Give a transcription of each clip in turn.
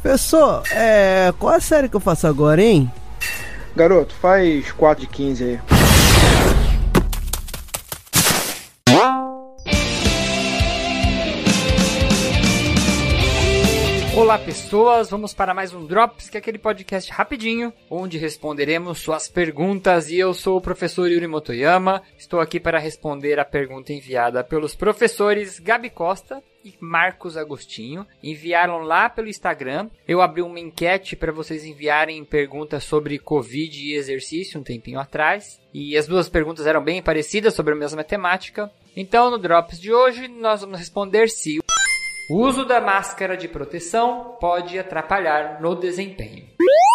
Professor, qual a série que eu faço agora, hein? Garoto, faz 4 de 15 aí. Olá pessoas, vamos para mais um Drops, que é aquele podcast rapidinho, onde responderemos suas perguntas, e eu sou o professor Yuri Motoyama, estou aqui para responder a pergunta enviada pelos professores Gabi Costa e Marcos Agostinho. Enviaram lá pelo Instagram. Eu abri uma enquete para vocês enviarem perguntas sobre Covid e exercício um tempinho atrás, e as duas perguntas eram bem parecidas, sobre a mesma temática. Então no Drops de hoje nós vamos responder se o uso da máscara de proteção pode atrapalhar no desempenho.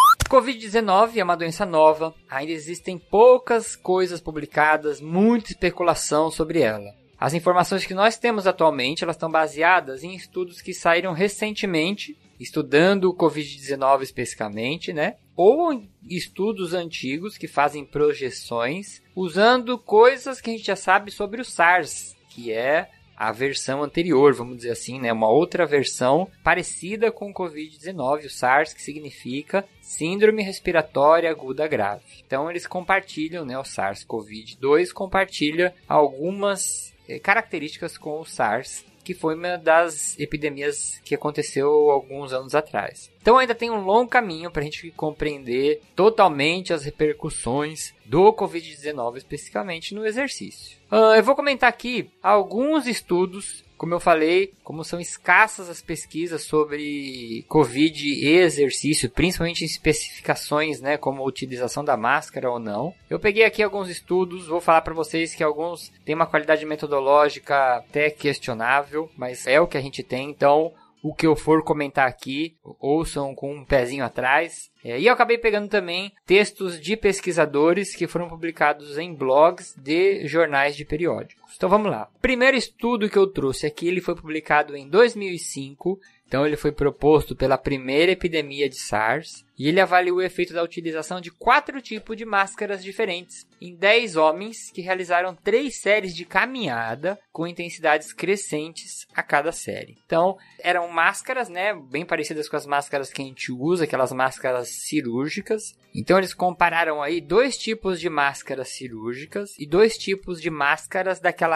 Covid-19 é uma doença nova, ainda existem poucas coisas publicadas, muita especulação sobre ela. As informações que nós temos atualmente, elas estão baseadas em estudos que saíram recentemente, estudando o Covid-19 especificamente, né? Ou em estudos antigos que fazem projeções, usando coisas que a gente já sabe sobre o SARS, que é a versão anterior, vamos dizer assim, né? Uma outra versão parecida com o Covid-19, o SARS, que significa Síndrome Respiratória Aguda Grave. Então, eles compartilham, né? O SARS-CoV-2 compartilha algumas características com o SARS, que foi uma das epidemias que aconteceu alguns anos atrás. Então ainda tem um longo caminho para a gente compreender totalmente as repercussões do Covid-19, especificamente no exercício. Eu vou comentar aqui alguns estudos, como eu falei, como são escassas as pesquisas sobre Covid e exercício, principalmente em especificações, né, como a utilização da máscara ou não. Eu peguei aqui alguns estudos, vou falar para vocês que alguns têm uma qualidade metodológica até questionável, mas é o que a gente tem, então o que eu for comentar aqui, ouçam com um pezinho atrás. E eu acabei pegando também textos de pesquisadores que foram publicados em blogs de jornais de periódicos. Então vamos lá. O primeiro estudo que eu trouxe aqui, ele foi publicado em 2005. Então ele foi proposto pela primeira epidemia de SARS. E ele avaliou o efeito da utilização de 4 tipos de máscaras diferentes em 10 homens que realizaram 3 séries de caminhada com intensidades crescentes a cada série. Então eram máscaras, né, bem parecidas com as máscaras que a gente usa, aquelas máscaras cirúrgicas. Então eles compararam aí 2 tipos de máscaras cirúrgicas e 2 tipos de máscaras daquela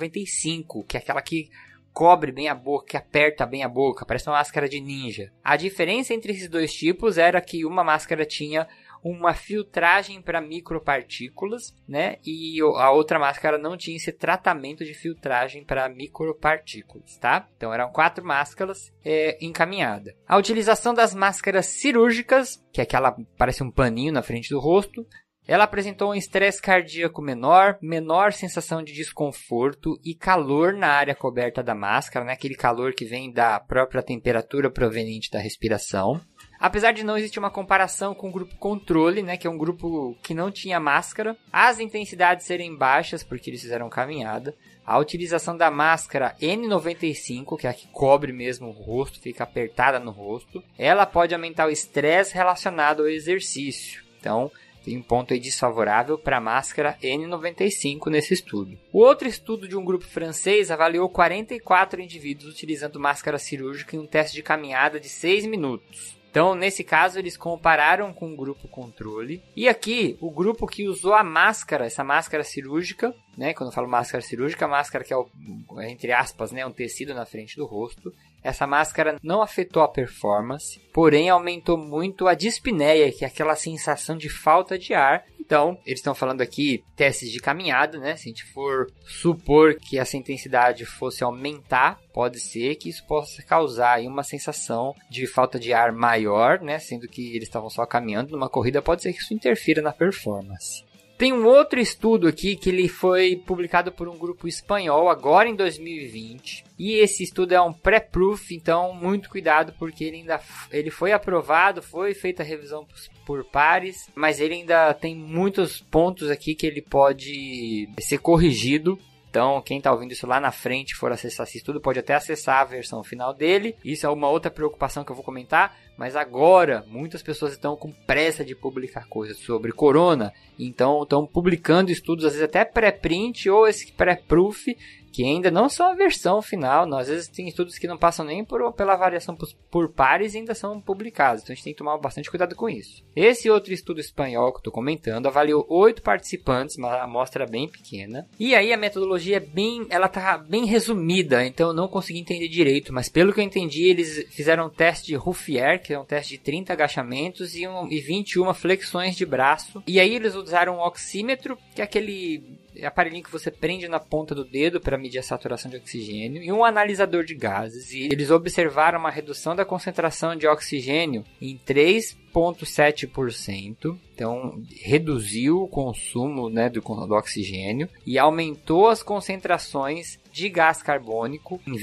N95, que é aquela que cobre bem a boca, que aperta bem a boca, parece uma máscara de ninja. A diferença entre esses 2 tipos era que uma máscara tinha uma filtragem para micropartículas, né? E a outra máscara não tinha esse tratamento de filtragem para micropartículas, tá? Então eram 4 máscaras encaminhadas. A utilização das máscaras cirúrgicas, que é aquela parece um paninho na frente do rosto, ela apresentou um estresse cardíaco menor sensação de desconforto e calor na área coberta da máscara, né? Aquele calor que vem da própria temperatura proveniente da respiração. Apesar de não existir uma comparação com o grupo controle, né, que é um grupo que não tinha máscara, as intensidades serem baixas, porque eles fizeram caminhada, a utilização da máscara N95, que é a que cobre mesmo o rosto, fica apertada no rosto, ela pode aumentar o estresse relacionado ao exercício. Então, tem um ponto aí desfavorável para a máscara N95 nesse estudo. O outro estudo de um grupo francês avaliou 44 indivíduos utilizando máscara cirúrgica em um teste de caminhada de 6 minutos. Então, nesse caso, eles compararam com o grupo controle. E aqui, o grupo que usou a máscara, essa máscara cirúrgica, né? Quando eu falo máscara cirúrgica, a máscara que é, entre aspas, né, um tecido na frente do rosto. Essa máscara não afetou a performance, porém aumentou muito a dispneia, que é aquela sensação de falta de ar. Então, eles estão falando aqui testes de caminhada, né? Se a gente for supor que essa intensidade fosse aumentar, pode ser que isso possa causar aí uma sensação de falta de ar maior, né? Sendo que eles estavam só caminhando numa corrida, pode ser que isso interfira na performance. Tem um outro estudo aqui que ele foi publicado por um grupo espanhol agora em 2020. E esse estudo é um pré-proof, então muito cuidado porque ele foi aprovado, foi feita a revisão por pares, mas ele ainda tem muitos pontos aqui que ele pode ser corrigido. Então, quem está ouvindo isso lá na frente, for acessar esse estudo, pode até acessar a versão final dele. Isso é uma outra preocupação que eu vou comentar. Mas agora, muitas pessoas estão com pressa de publicar coisas sobre corona. Então, estão publicando estudos, às vezes até pré-print ou esse pré-proof, que ainda não são a versão final. Às vezes tem estudos que não passam nem pela variação por pares e ainda são publicados. Então a gente tem que tomar bastante cuidado com isso. Esse outro estudo espanhol que eu estou comentando avaliou 8 participantes, uma amostra bem pequena. E aí a metodologia ela tá bem resumida, então eu não consegui entender direito. Mas pelo que eu entendi, eles fizeram um teste de Ruffier, que é um teste de 30 agachamentos e 21 flexões de braço. E aí eles usaram um oxímetro, que é aquele aparelhinho que você prende na ponta do dedo para medir a saturação de oxigênio, e um analisador de gases. E eles observaram uma redução da concentração de oxigênio em 3,7%. Então, reduziu o consumo, né, do oxigênio e aumentou as concentrações de gás carbônico em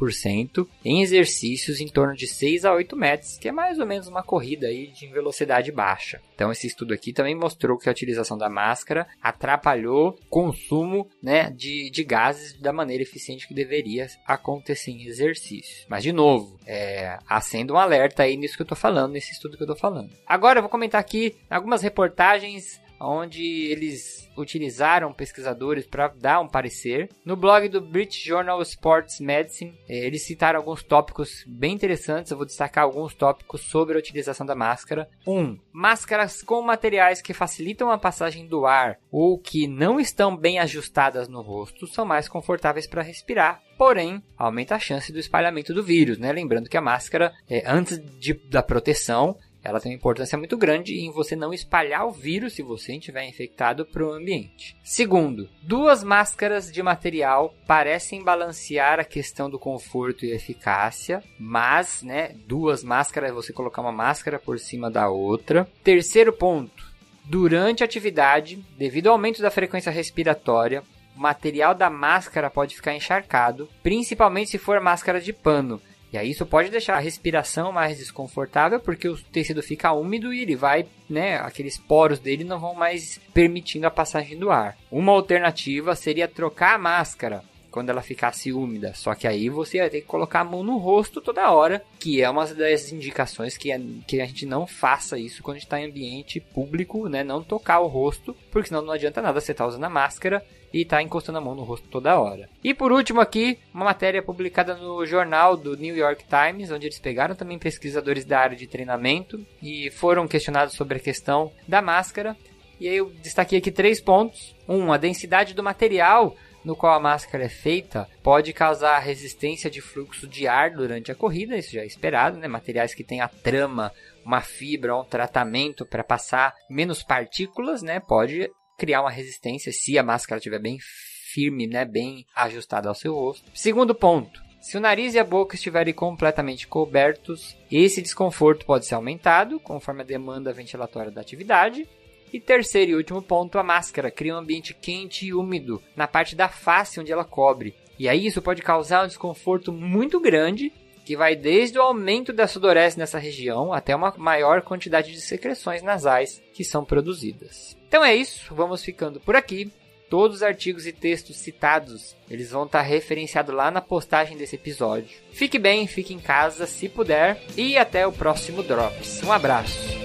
20% em exercícios em torno de 6 a 8 metros, que é mais ou menos uma corrida aí de velocidade baixa. Então, esse estudo aqui também mostrou que a utilização da máscara atrapalhou o consumo, né, de gases da maneira eficiente que deveria acontecer em exercícios. Mas, de novo, acendo um alerta aí nisso que eu estou falando, nesse estudo que eu estou falando. Agora, eu vou comentar aqui algumas reportagens onde eles utilizaram pesquisadores para dar um parecer. No blog do British Journal Sports Medicine, eles citaram alguns tópicos bem interessantes. Eu vou destacar alguns tópicos sobre a utilização da máscara. 1. Máscaras com materiais que facilitam a passagem do ar ou que não estão bem ajustadas no rosto são mais confortáveis para respirar. Porém, aumenta a chance do espalhamento do vírus, né? Lembrando que a máscara, antes da proteção, ela tem uma importância muito grande em você não espalhar o vírus se você estiver infectado para o ambiente. Segundo, 2 máscaras de material parecem balancear a questão do conforto e eficácia, mas, né, 2 máscaras, você colocar uma máscara por cima da outra. Terceiro ponto, durante a atividade, devido ao aumento da frequência respiratória, o material da máscara pode ficar encharcado, principalmente se for máscara de pano. E aí isso pode deixar a respiração mais desconfortável, porque o tecido fica úmido e ele vai, né, aqueles poros dele não vão mais permitindo a passagem do ar. Uma alternativa seria trocar a máscara quando ela ficasse úmida, só que aí você vai ter que colocar a mão no rosto toda hora, que é uma das indicações que a gente não faça isso quando está em ambiente público, né, não tocar o rosto, porque senão não adianta nada você estar usando a máscara e tá encostando a mão no rosto toda hora. E por último aqui, uma matéria publicada no jornal do New York Times, onde eles pegaram também pesquisadores da área de treinamento e foram questionados sobre a questão da máscara. E aí eu destaquei aqui 3 pontos. 1. A densidade do material no qual a máscara é feita pode causar resistência de fluxo de ar durante a corrida, isso já é esperado, né? Materiais que têm a trama, uma fibra, um tratamento para passar menos partículas, né? Pode criar uma resistência se a máscara estiver bem firme, né, bem ajustada ao seu rosto. Segundo ponto, se o nariz e a boca estiverem completamente cobertos, esse desconforto pode ser aumentado conforme a demanda ventilatória da atividade. E terceiro e último ponto, a máscara cria um ambiente quente e úmido na parte da face onde ela cobre. E aí isso pode causar um desconforto muito grande, que vai desde o aumento da sudorese nessa região até uma maior quantidade de secreções nasais que são produzidas. Então é isso, vamos ficando por aqui. Todos os artigos e textos citados, eles vão estar referenciados lá na postagem desse episódio. Fique bem, fique em casa se puder e até o próximo Drops. Um abraço!